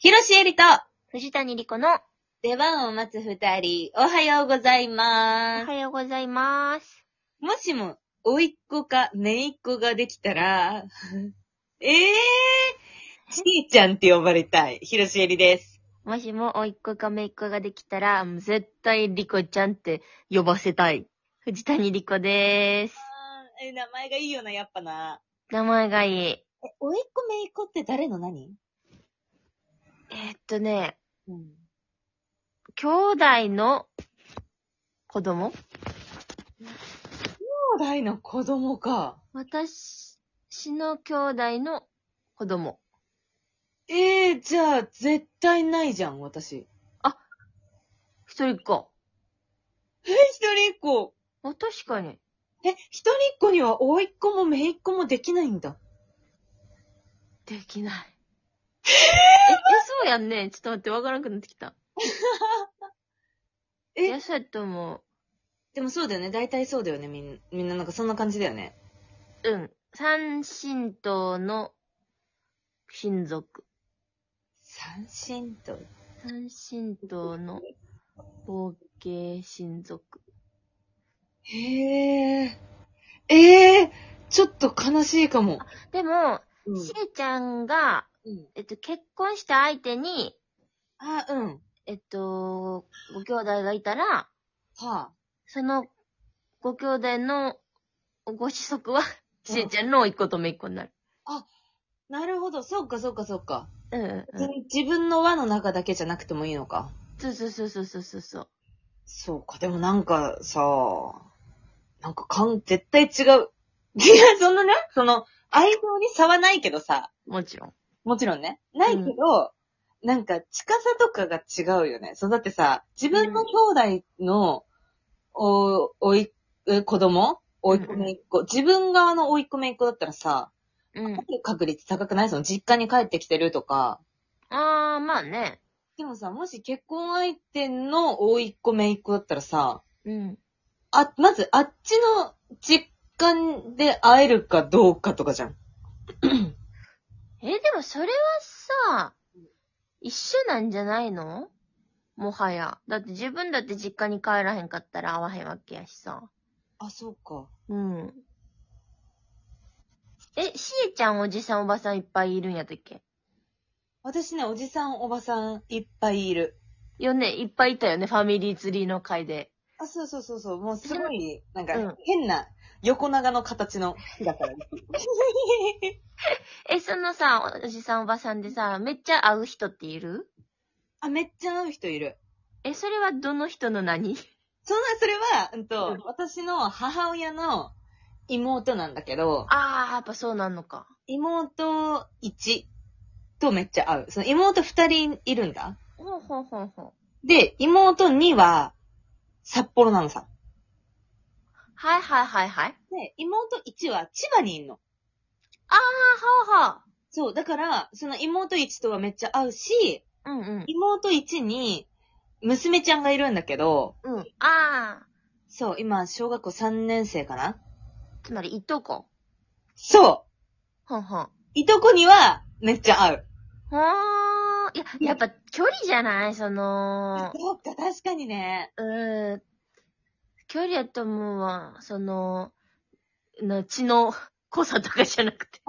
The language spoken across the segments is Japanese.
広しえりと藤谷莉子の出番を待つ二人、おはようございおます。 はようございます。 もしも、おいっ子かめいっ子ができたら、ちーちゃんって呼ばれたい。広しえりです。 もしもおいっ子かめいっ子ができたら、絶対莉子ちゃんって呼ばせたい。藤谷莉子でーす。 名前がいいよな、やっぱな。 名前がいい。 おいっ子めいっ子って誰の何？ 兄弟の子供？ 兄弟の子供か。 私の兄弟の子供。 じゃあ、絶対ないじゃん、私。 一人っ子。 一人っ子。 確かに。 一人っ子にはおいっ子もめいっ子もできないんだ。 できない。そうやんね。ちょっと待って、わからなくなってきた。いや、そうやと思う。 でもそうだよね。大体そうだよね。みんななんかそんな感じだよね。 三神道の親族。 三神と。 三神道の合計親族。 へえ。ちょっと悲しいかも。 でも、 うん。 しーちゃんが、結婚した相手に、 うん。 ご兄弟がいたら、 はそのご兄弟のご子息は、しーちゃんの一個とめいっ子になる。 なるほど。そうか、そうか、そうか。 うん。 自分の輪の中だけじゃなくてもいいのか。 そう。 そうか。でもなんかさ、なんか絶対違う。いや、そんなね、愛情に差はないけどさ。 もちろん。 もちろんね。ないけど、なんか近さとかが違うよね。そう、だってさ、自分の兄弟の、子供おいっ子めいっ子。自分側のおいっ子めいっ子だったらさ、確率高くない？実家に帰ってきてるとか。 まあね。 でもさ、もし結婚相手のおいっ子めいっ子だったらさ、 うん。 まずあっちの実家で会えるかどうかとかじゃん。 でもそれはさ、一緒なんじゃないの？もはや。だって自分だって実家に帰らへんかったら会わへんわけやしさ。 そうか。 しーちゃんおじさんおばさんいっぱいいるんやったっけ？ 私ね、おじさんおばさんいっぱいいる。 よね、いっぱいいたよね、ファミリーツリーの会で。 そう。もうすごい、なんか、 うん。 変な、横長の形の木だから。 そのさ、おじさんおばさんでさ、めっちゃ会う人っている？ めっちゃ会う人いる。 それはどの人の何？ それは、私の母親の妹なんだけど、 やっぱそうなんのか。 妹1とめっちゃ会う。その妹2人いるんだ。 ほう。 で、妹2は、札幌なのさ。 はい。 で、妹1は千葉にいんの。 はそう、だから、その妹1とはめっちゃ会うし、妹1に、娘ちゃんがいるんだけど、そう、今、小学校3年生かな？ つまり、いとこ。 そう 。 いとこには、めっちゃ会う。 いや、やっぱ距離じゃないそうか、確かにね。 距離やと思うわ。血の濃さとかじゃなくて。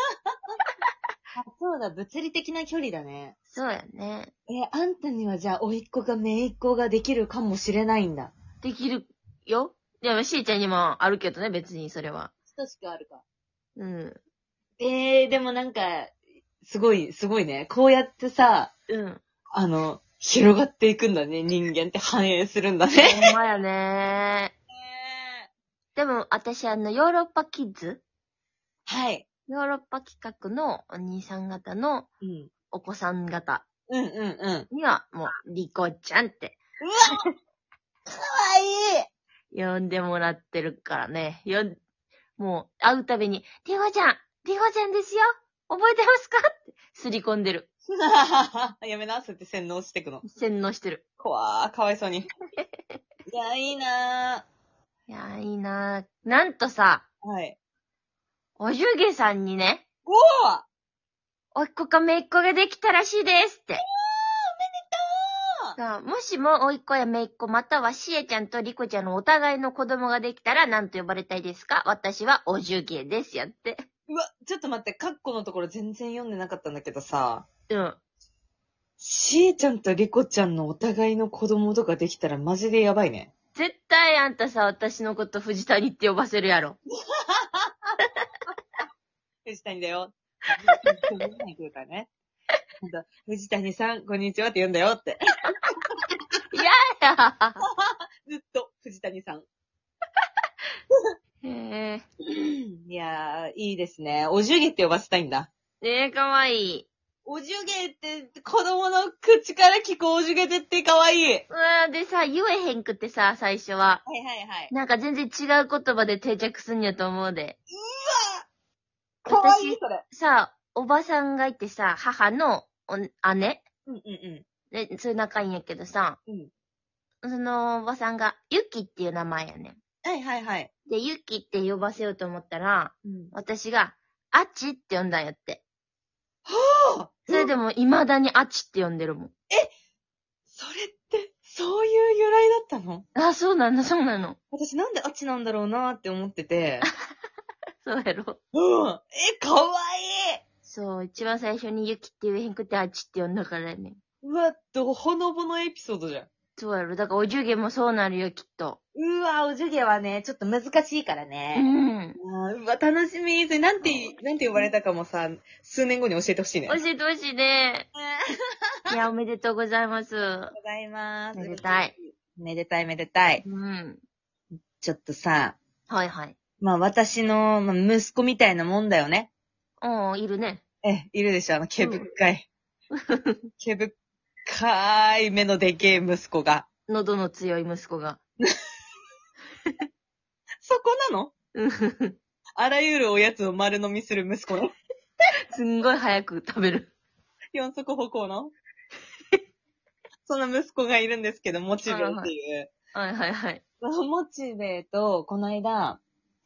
そうだ、物理的な距離だね。 そうやね。 あんたにはじゃあ、甥っ子が姪っ子ができるかもしれないんだ。 できるよ。いや、しーちゃんにもあるけどね、別にそれは。 等しくあるか。 うん。 でもなんか、すごいね。こうやってさ、広がっていくんだね。人間って反映するんだね。 ほんまやね。でも、私、ヨーロッパキッズ？ はい。 ヨーロッパ企画のお兄さん方のお子さん方には、もう、リコちゃんって。 うわかわいい呼んでもらってるからね。もう、会うたびに、リコちゃんですよ覚えてますかって、すり込んでる。 やめな、そうやって洗脳してくの。 洗脳してる。 かわいそうに。いや、いいなぁ。 いや、いいなぁ。なんとさ、 はい。 おじゅげさんにね、 おーおいっ子かめいっ子ができたらしいですって。 おめでともしもおいっ子やめいっ子またはしえちゃんとりこちゃんのお互いの子供ができたら何と呼ばれたいですか？私はおじゅげですやって。 うわ、ちょっと待って、カッコのところ全然読んでなかったんだけどさ。うん。しえちゃんとりこちゃんのお互いの子供とかできたらマジでやばいね。 絶対あんたさ、私のこと藤谷って呼ばせるやろ。 藤谷だよ。藤谷来るからね。藤谷さん、こんにちはって言うんだよって。 いやや。 ずっと藤谷さん。 へえ。 いやー、いいですね。おじゅげって呼ばせたいんだ。 ねえ、かわいい。 おじゅげって子供の口から聞くおじゅげってかわいい。 でさ、言えへんくってさ、最初は。 はいはいはい。 なんか全然違う言葉で定着すんやと思うで。 うわかわいいそれ。 さ、おばさんがいてさ、母の姉うんうんうん。 で、そういう仲いいんやけどさ、うん。そのおばさんが、ゆきっていう名前やねん。 はいはいはい。 で、ゆきって呼ばせようと思ったら、うん、私が、あっちって呼んだんやって。はぁ、それでも未だにあっちって呼んでるもん。 それって、そういう由来だったの？ あ、そうなの、そうなの。 私なんであっちなんだろうなって思ってて。 そうやろ。 うん。かわいい。 そう、一番最初にゆきって言えへんくてあっちって呼んだからね。 うわ、ほのぼのエピソードじゃん。 そうやろ。だからおじゅげもそうなるよ、きっと。 うわ、おじゅげはね、ちょっと難しいからね。うわ、楽しみ。それなんて呼ばれたかもさ、数年後に教えてほしいね。 教えてほしいね。いや、おめでとうございます。 ありがとうございます。 めでたい。 めでたいめでたい。うん。ちょっとさ。はいはい。まあ私の、息子みたいなもんだよね。 いるね。 いるでしょ、毛深い。毛深い目のでけえ息子が。 喉の強い息子が。 そこなの？あらゆるおやつを丸飲みする息子の。 すんごい早く食べる。 四足歩行のその息子がいるんですけど、モチベっていう。 はいはいはい。 モチベと、この間、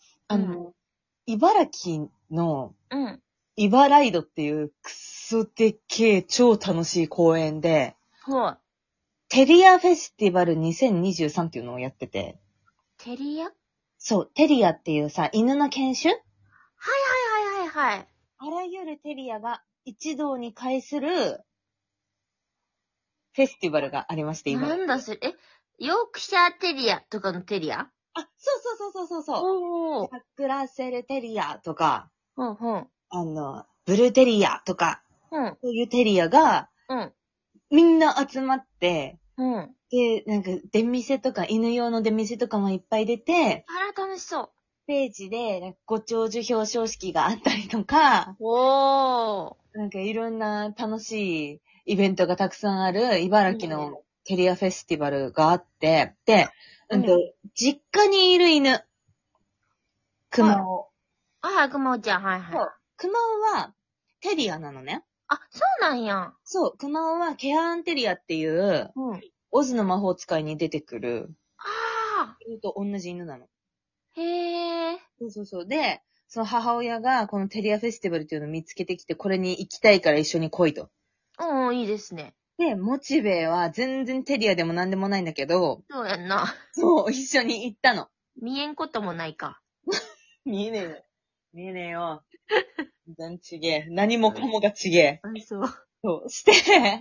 茨城の、イバライドっていうクソでっけえ超楽しい公園で、テリアフェスティバル2023っていうのをやってて。 テリア？ そう、テリアっていうさ、犬の犬種？はいはいはいはいはい。 あらゆるテリアが一堂に会するフェスティバルがありまして、 今。なんだそれ、ヨークシャーテリアとかのテリア？ あ、そう。サクラセルテリアとか、ブルーテリアとか、そういうテリアが、みんな集まって、で、なんか、出店とか、犬用の出店とかもいっぱい出て、 あら、楽しそう。 ステージで、ご長寿表彰式があったりとか、なんかいろんな楽しいイベントがたくさんある茨城のテリアフェスティバルがあって、で、実家にいる犬、熊尾。 熊尾ちゃん、はいはい。そう。 熊尾はテリアなのね。 あ、そうなんや。 そう、熊尾はケアーンテリアっていう、オズの魔法使いに出てくる、犬と同じ犬なの。へー。そう。で、その母親がこのテリアフェスティバルっていうのを見つけてきて、これに行きたいから一緒に来いと。 いいですね。 で、モチベは全然テリアでもなんでもないんだけど、 そうやんな。 そう、一緒に行ったの。 見えんこともないか。 見えねえよ。見えねえよ。全然ちげえ。何もかもがちげえ。そう。そう。して、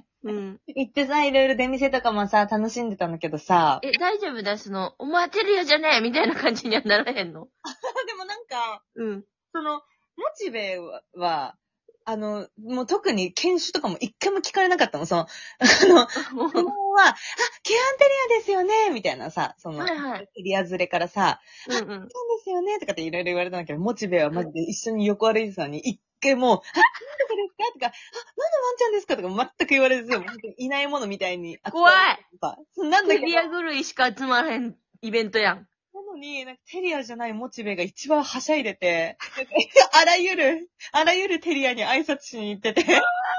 行ってさ、いろいろ出店とかもさ、楽しんでたんだけどさ。 大丈夫だ、お前テリアじゃねえみたいな感じにはならへんの？ でもなんか、モチベは、もう特に犬種とかも一回も聞かれなかったの。もうは、ケアンテリアですよねみたいなさ、テリア連れからさ、そうですよねとかっていろいろ言われたんだけど、モチベはマジで一緒に横歩いてたのに、一回もう、何とかですかとか、何のワンちゃんですかとか全く言われず、いないものみたいに。 怖いなんだけど。 テリア狂いしか集まらへんイベントやん。 なのに、なんかテリアじゃないモチベが一番はしゃいでて、あらゆるテリアに挨拶しに行ってて。かわいい。テリ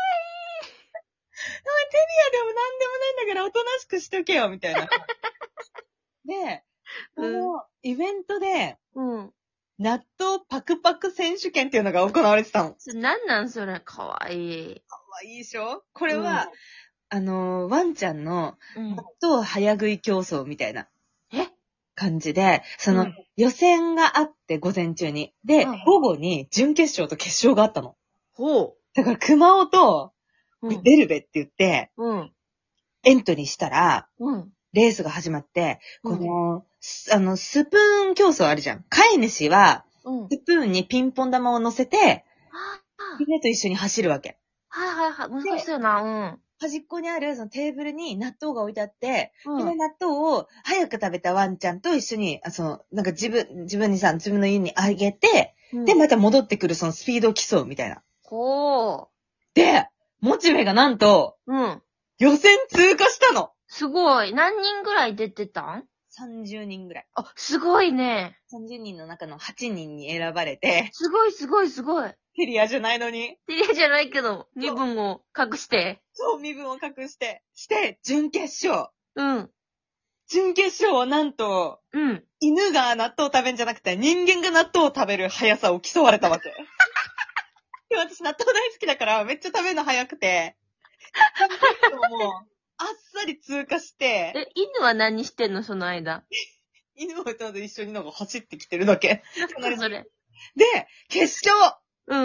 アでもなんでもないんだからおとなしくしとけよ、みたいな。で、このイベントで、 納豆パクパク選手権っていうのが行われてたの。 なんなんそれ、かわいい。 かわいいでしょ？これは、ワンちゃんの納豆早食い競争みたいな感じで、予選があって午前中に。で、午後に準決勝と決勝があったの。 ほう。 だから熊尾とベルベって言って、エントリーしたら、レースが始まって、この、スプーン競争あるじゃん。飼い主は、スプーンにピンポン玉を乗せて、犬と一緒に走るわけ。 難しそうな、 端っこにあるそのテーブルに納豆が置いてあって、この納豆を早く食べたワンちゃんと一緒に、なんか自分にさ、自分の家にあげて、で、また戻ってくるそのスピードを競うみたいな。 ほう。 で、モチベがなんと、予選通過したの。 すごい。何人ぐらい出てたん？ 30 人ぐらい。 あ、すごいね。 30人の中の8人に選ばれて。 すごいすごいすごい。 テリアじゃないのに。 テリアじゃないけど、身分を隠して。 そう、身分を隠して。して、準決勝。 準決勝はなんと、犬が納豆を食べんじゃなくて、人間が納豆を食べる速さを競われたわけ。で、私納豆大好きだから、めっちゃ食べるの早くて。もう、あっさり通過して。 犬は何してんのその間。 犬はただ一緒になんか走ってきてるだけ。 それ。 で、決勝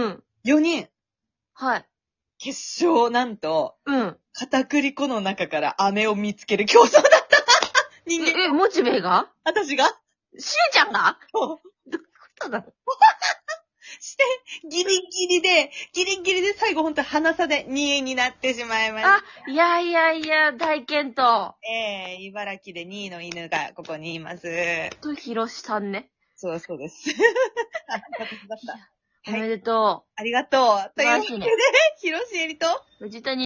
4人。 はい。 決勝、なんと、片栗粉の中から飴を見つける競争だった人間。 モチベが？ 私が？ しゅうちゃんが？ そう。 どういうことだろして、ギリギリで最後ほんと鼻差で2位になってしまいました。 いや、大健闘。 茨城で2位の犬がここにいます。 ひろしさんね。 そうです。 おめでとう。 ありがとう。というわけで、ひろしえりと、 藤谷